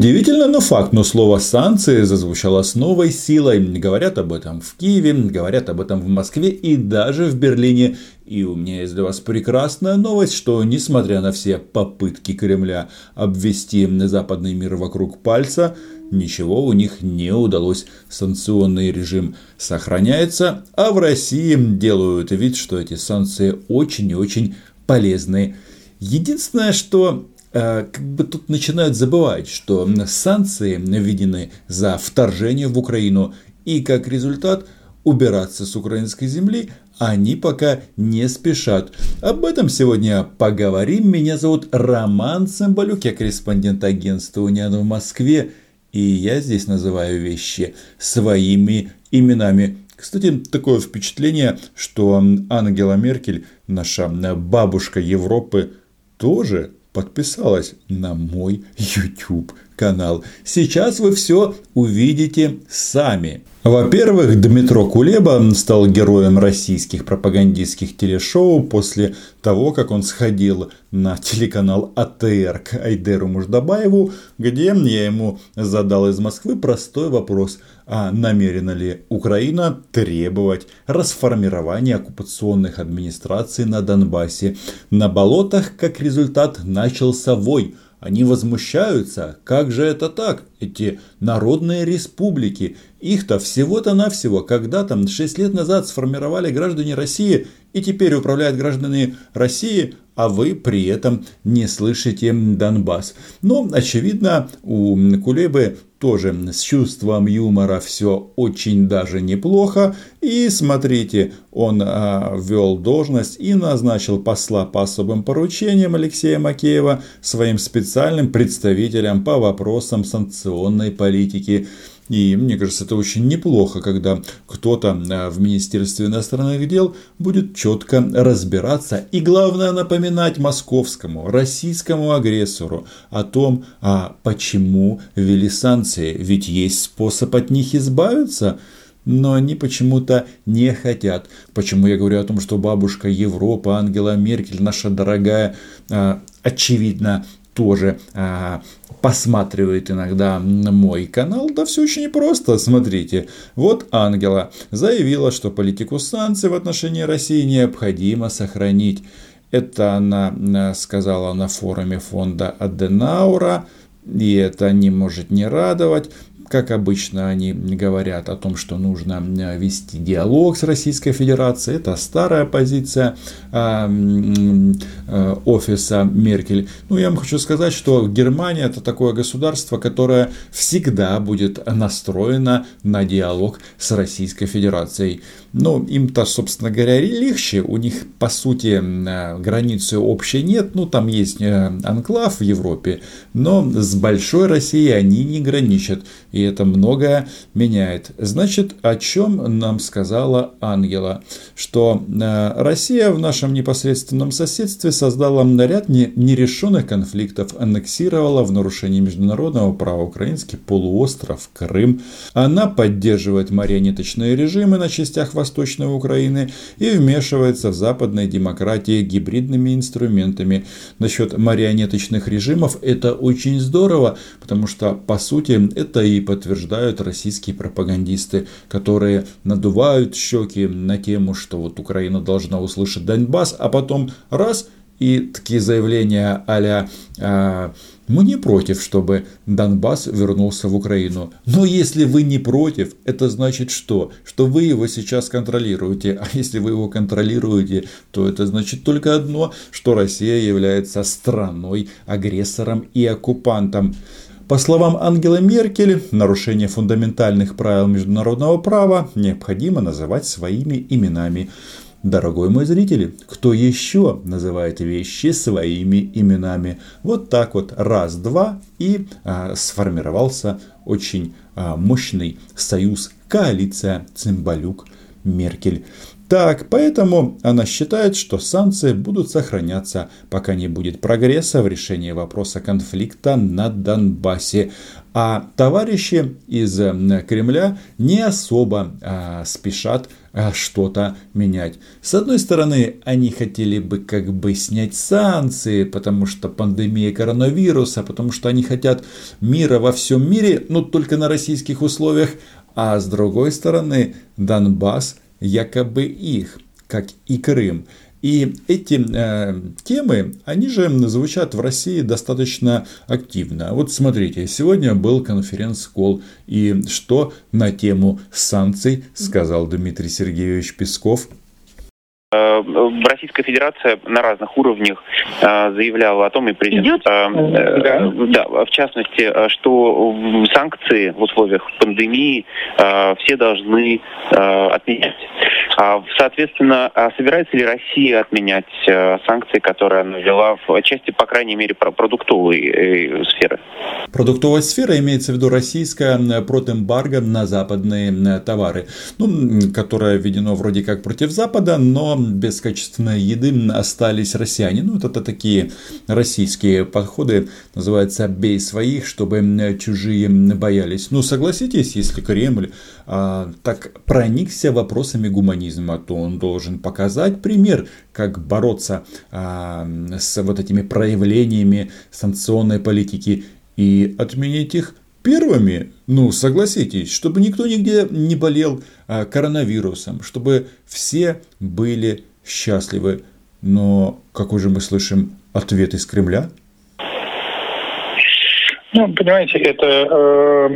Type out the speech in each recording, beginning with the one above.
Удивительно, но факт, но слово «санкции» зазвучало с новой силой. Говорят об этом в Киеве, говорят об этом в Москве и даже в Берлине. И у меня есть для вас прекрасная новость, что несмотря на все попытки Кремля обвести западный мир вокруг пальца, ничего у них не удалось. Санкционный режим сохраняется, а в России делают вид, что эти санкции очень и очень полезны. Единственное, что тут начинают забывать, что санкции введены за вторжение в Украину, и как результат убираться с украинской земли они пока не спешат. Об этом сегодня поговорим. Меня зовут Роман Цымбалюк, я корреспондент агентства «Униан» в Москве, и я здесь называю вещи своими именами. Кстати, такое впечатление, что Ангела Меркель, наша бабушка Европы, тоже подписалась на мой YouTube канал. Сейчас вы все увидите сами. Во-первых, Дмитро Кулеба стал героем российских пропагандистских телешоу после того, как он сходил на телеканал АТР к Айдеру Муждабаеву, где я ему задал из Москвы простой вопрос: а намерена ли Украина требовать расформирования оккупационных администраций на Донбассе? На болотах, как результат, начался вой. Они возмущаются, как же это так? Эти народные республики, их-то всего-то навсего когда-то 6 лет назад сформировали граждане России, и теперь управляют граждане России, а вы при этом не слышите Донбасс. Но, очевидно, у Кулебы тоже с чувством юмора все очень даже неплохо. И смотрите, он ввел должность и назначил посла по особым поручениям Алексея Макеева своим специальным представителем по вопросам санкционной политики. И мне кажется, это очень неплохо, когда кто-то в Министерстве иностранных дел будет четко разбираться и, главное, напоминать московскому, российскому агрессору о том, почему ввели санкции. Ведь есть способ от них избавиться. Но они почему-то не хотят. Почему я говорю о том, что бабушка Европа, Ангела Меркель, наша дорогая, очевидно, тоже посматривает иногда на мой канал? Да все очень просто. Смотрите, вот Ангела заявила, что политику санкций в отношении России необходимо сохранить. Это она сказала на форуме фонда Аденаура, и это не может не радовать. Как обычно, они говорят о том, что нужно вести диалог с Российской Федерацией. Это старая позиция офиса Меркель. Я вам хочу сказать, что Германия — это такое государство, которое всегда будет настроено на диалог с Российской Федерацией. Им-то, собственно говоря, легче. У них, по сути, границы общей нет. Там есть анклав в Европе, но с большой Россией они не граничат. И это многое меняет. Значит, о чем нам сказала Ангела? Что Россия в нашем непосредственном соседстве создала ряд нерешенных конфликтов, аннексировала в нарушении международного права украинский полуостров Крым. Она поддерживает марионеточные режимы на частях Восточной Украины и вмешивается в западной демократии гибридными инструментами. Насчет марионеточных режимов это очень здорово, потому что, по сути, это и подтверждают российские пропагандисты, которые надувают щеки на тему, что вот Украина должна услышать Донбасс, а потом раз и такие заявления а-ля «мы не против, чтобы Донбасс вернулся в Украину». Но если вы не против, это значит что? Что вы его сейчас контролируете. А если вы его контролируете, то это значит только одно, что Россия является страной, агрессором и оккупантом. По словам Ангелы Меркель, нарушение фундаментальных правил международного права необходимо называть своими именами. Дорогой мой зритель, кто еще называет вещи своими именами? Вот так вот, раз-два, и сформировался очень мощный союз, коалиция Цымбалюк-Меркель. Так, поэтому она считает, что санкции будут сохраняться, пока не будет прогресса в решении вопроса конфликта на Донбассе. А товарищи из Кремля не особо спешат что-то менять. С одной стороны, они хотели бы как бы снять санкции, потому что пандемия коронавируса, потому что они хотят мира во всем мире, но только на российских условиях. А с другой стороны, Донбасс якобы их, как и Крым. И эти темы, они же звучат в России достаточно активно. Вот смотрите, сегодня был конференц-колл, и что на тему санкций сказал Дмитрий Сергеевич Песков? Российская Федерация на разных уровнях заявляла о том, и президент, в частности, что санкции в условиях пандемии все должны отменять. Соответственно, собирается ли Россия отменять санкции, которые она ввела в части, по крайней мере, продуктовой сферы? Продуктовая сфера имеется в виду российская протэмбарго на западные товары, которое введено вроде как против Запада, но без качественной еды остались россияне. Это такие российские подходы, называется «бей своих, чтобы чужие боялись». Согласитесь, если Кремль так проникся вопросами гуманизма, то он должен показать пример, как бороться с вот этими проявлениями санкционной политики и отменить их первыми. Согласитесь, чтобы никто нигде не болел коронавирусом, чтобы все были счастливы. Но какой же мы слышим ответ из Кремля? Понимаете, это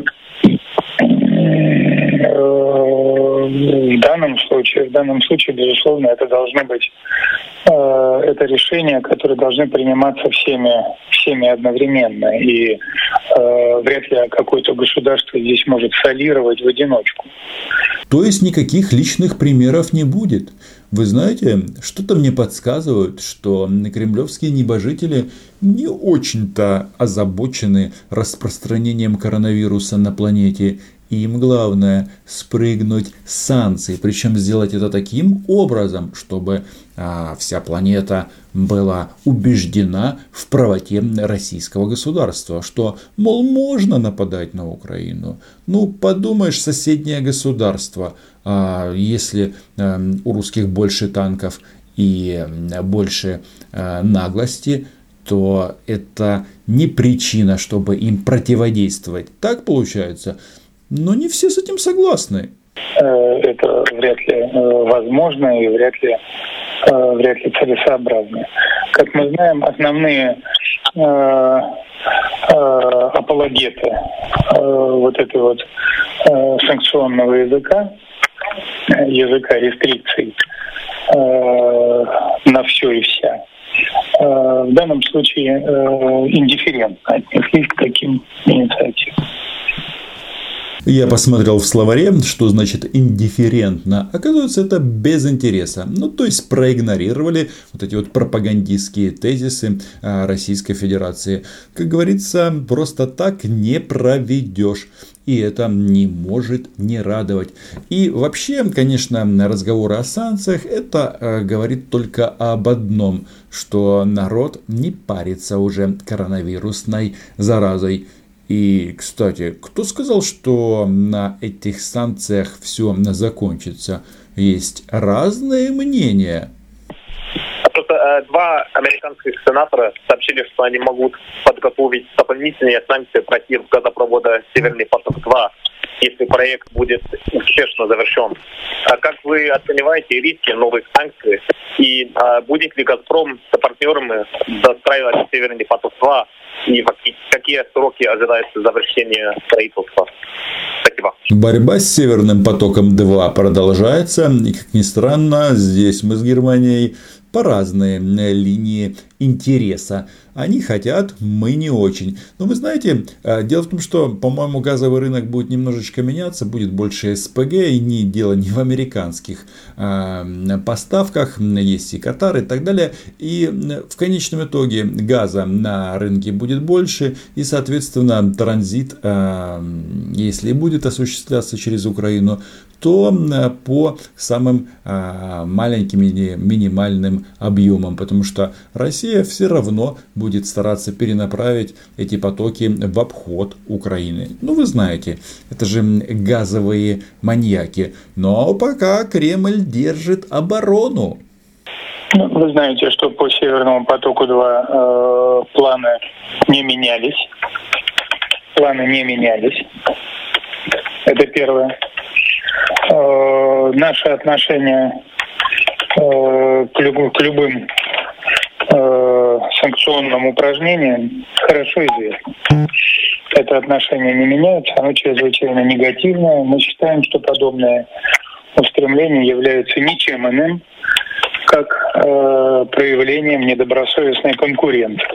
в данном случае, безусловно, это должно быть это решение, которое должны приниматься всеми одновременно. И вряд ли какое-то государство здесь может солировать в одиночку. То есть никаких личных примеров не будет. Вы знаете, что-то мне подсказывает, что кремлевские небожители не очень-то озабочены распространением коронавируса на планете. И им главное спрыгнуть с санкций, причем сделать это таким образом, чтобы вся планета была убеждена в правоте российского государства, что, мол, можно нападать на Украину. Подумаешь, соседнее государство, если у русских больше танков и больше наглости, то это не причина, чтобы им противодействовать. Так получается? Но не все с этим согласны. Это вряд ли возможно и вряд ли целесообразно. Как мы знаем, основные апологеты санкционного языка рестрикций на все и вся, в данном случае индифферентно отнеслись к таким инициативам. Я посмотрел в словаре, что значит индифферентно. Оказывается, это без интереса. То есть проигнорировали вот эти вот пропагандистские тезисы Российской Федерации. Как говорится, просто так не проведешь. И это не может не радовать. И вообще, конечно, разговоры о санкциях, это говорит только об одном, что народ не парится уже коронавирусной заразой. И, кстати, кто сказал, что на этих санкциях все закончится? Есть разные мнения. Просто два американских сенатора сообщили, что они могут подготовить дополнительные санкции против газопровода «Северный поток-2», если проект будет успешно завершен. А как вы оцениваете риски новых санкций? И будет ли «Газпром» с партнерами достраивать «Северный поток-2»? И какие сроки ожидается завершения строительства? Спасибо. Борьба с Северным потоком-2 продолжается. И, как ни странно, здесь мы с Германией по разные линии интереса. Они хотят, мы не очень. Но вы знаете, дело в том, что, по-моему, газовый рынок будет немножечко меняться, будет больше СПГ, и дело не в американских поставках, есть и Катар и так далее. И в конечном итоге газа на рынке будет больше, и, соответственно, транзит, если будет осуществляться через Украину, то по самым маленьким минимальным объемам, потому что Россия все равно будет стараться перенаправить эти потоки в обход Украины. Ну, вы знаете, это же газовые маньяки. Но пока Кремль держит оборону. Ну, вы знаете, что по Северному потоку-2 планы не менялись. Это первое. Наше отношение к любым санкционным упражнениям хорошо известно. Это отношение не меняется, оно чрезвычайно негативное. Мы считаем, что подобные устремления являются ничем иным, как проявлением недобросовестной конкуренции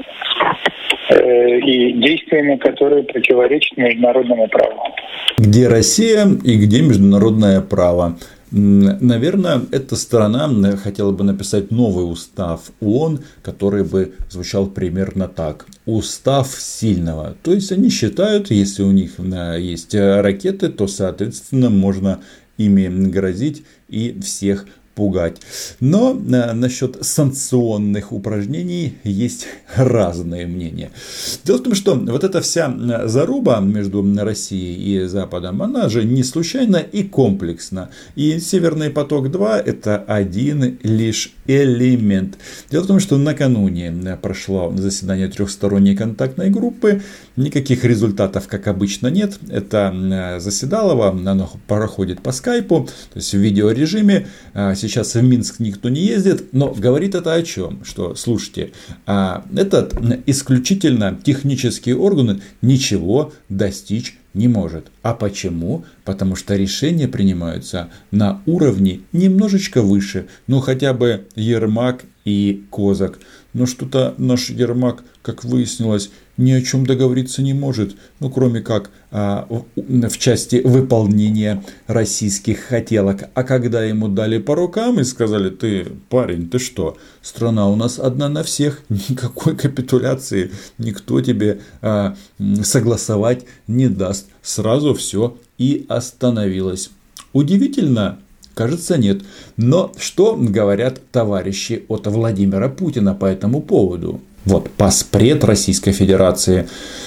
и действиями, которые противоречат международному праву. Где Россия и где международное право? Наверное, эта сторона хотела бы написать новый устав ООН, который бы звучал примерно так. Устав сильного. То есть они считают, если у них есть ракеты, то, соответственно, можно ими грозить и всех пугать. Но насчет санкционных упражнений есть разные мнения. Дело в том, что вот эта вся заруба между Россией и Западом, она же не случайна и комплексна. И Северный поток-2 это один лишь элемент. Дело в том, что накануне прошло заседание трехсторонней контактной группы. Никаких результатов, как обычно, нет. Это заседалово, оно проходит по скайпу, то есть в видеорежиме. Сейчас в Минск никто не ездит, но говорит это о чем? Что, слушайте, этот исключительно технический орган ничего достичь не может. А почему? Потому что решения принимаются на уровне немножечко выше. Ну, хотя бы Ермак и Козак. Но что-то наш Ермак, как выяснилось, ни о чем договориться не может. Ну, кроме как в части выполнения российских хотелок. А когда ему дали по рукам и сказали: ты, парень, ты что? Страна у нас одна на всех. Никакой капитуляции никто тебе согласовать не даст. Сразу все и остановилось. Удивительно? Кажется, нет. Но что говорят товарищи от Владимира Путина по этому поводу? Вот поспред Российской Федерации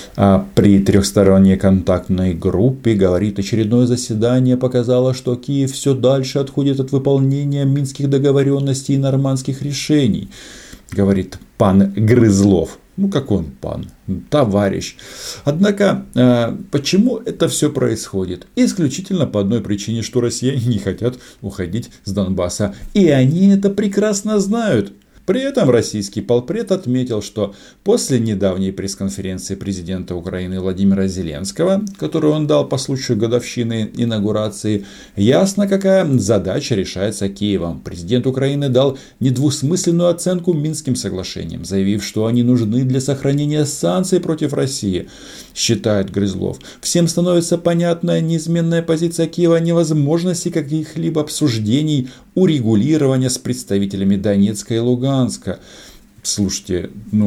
при трехсторонней контактной группе говорит: очередное заседание показало, что Киев все дальше отходит от выполнения минских договоренностей и нормандских решений. Говорит пан Грызлов. Ну, какой он пан? Товарищ. Однако, почему это все происходит? Исключительно по одной причине, что россияне не хотят уходить с Донбасса. И они это прекрасно знают. При этом российский полпред отметил, что после недавней пресс-конференции президента Украины Владимира Зеленского, которую он дал по случаю годовщины инаугурации, ясно, какая задача решается Киевом. Президент Украины дал недвусмысленную оценку Минским соглашениям, заявив, что они нужны для сохранения санкций против России, считает Грызлов. Всем становится понятна неизменная позиция Киева о невозможности каких-либо обсуждений, урегулирования с представителями Донецка и Луганска. Слушайте,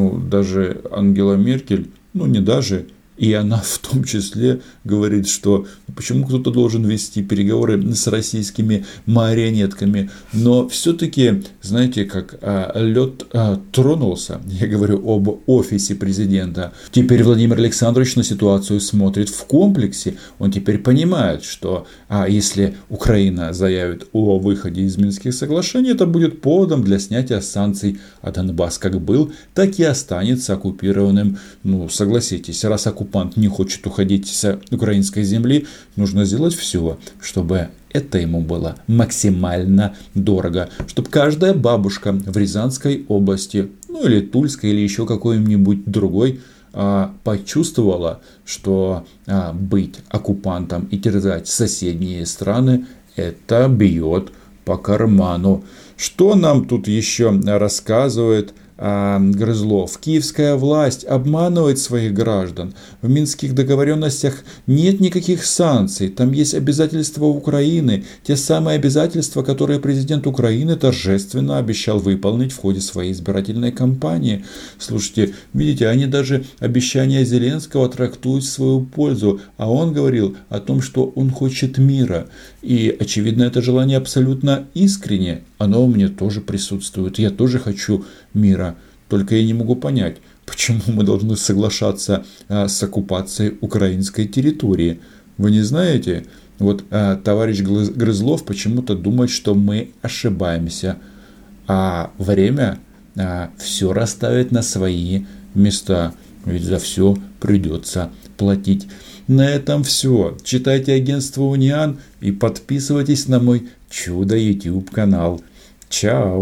даже Ангела Меркель, не даже, и она в том числе говорит, что почему кто-то должен вести переговоры с российскими марионетками. Но все-таки, знаете, как лед тронулся, я говорю об офисе президента. Теперь Владимир Александрович на ситуацию смотрит в комплексе. Он теперь понимает, что если Украина заявит о выходе из Минских соглашений, это будет поводом для снятия санкций, а Донбасс как был, так и останется оккупированным. Согласитесь, раз оккупант не хочет уходить с украинской земли, нужно сделать все, чтобы это ему было максимально дорого. Чтобы каждая бабушка в Рязанской области, или Тульской, или еще какой-нибудь другой, почувствовала, что быть оккупантом и терзать соседние страны, это бьет по карману. Что нам тут еще рассказывает Грызлов. Киевская власть обманывает своих граждан. В минских договоренностях нет никаких санкций. Там есть обязательства Украины. Те самые обязательства, которые президент Украины торжественно обещал выполнить в ходе своей избирательной кампании. Слушайте, видите, они даже обещания Зеленского трактуют в свою пользу. А он говорил о том, что он хочет мира. И, очевидно, это желание абсолютно искренне. Оно у меня тоже присутствует. Я тоже хочу мира. Только я не могу понять, почему мы должны соглашаться с оккупацией украинской территории. Вы не знаете? Вот товарищ Грызлов почему-то думает, что мы ошибаемся. А время все расставит на свои места. Ведь за все придется платить. На этом все. Читайте агентство Униан и подписывайтесь на мой чудо YouTube канал. Чао.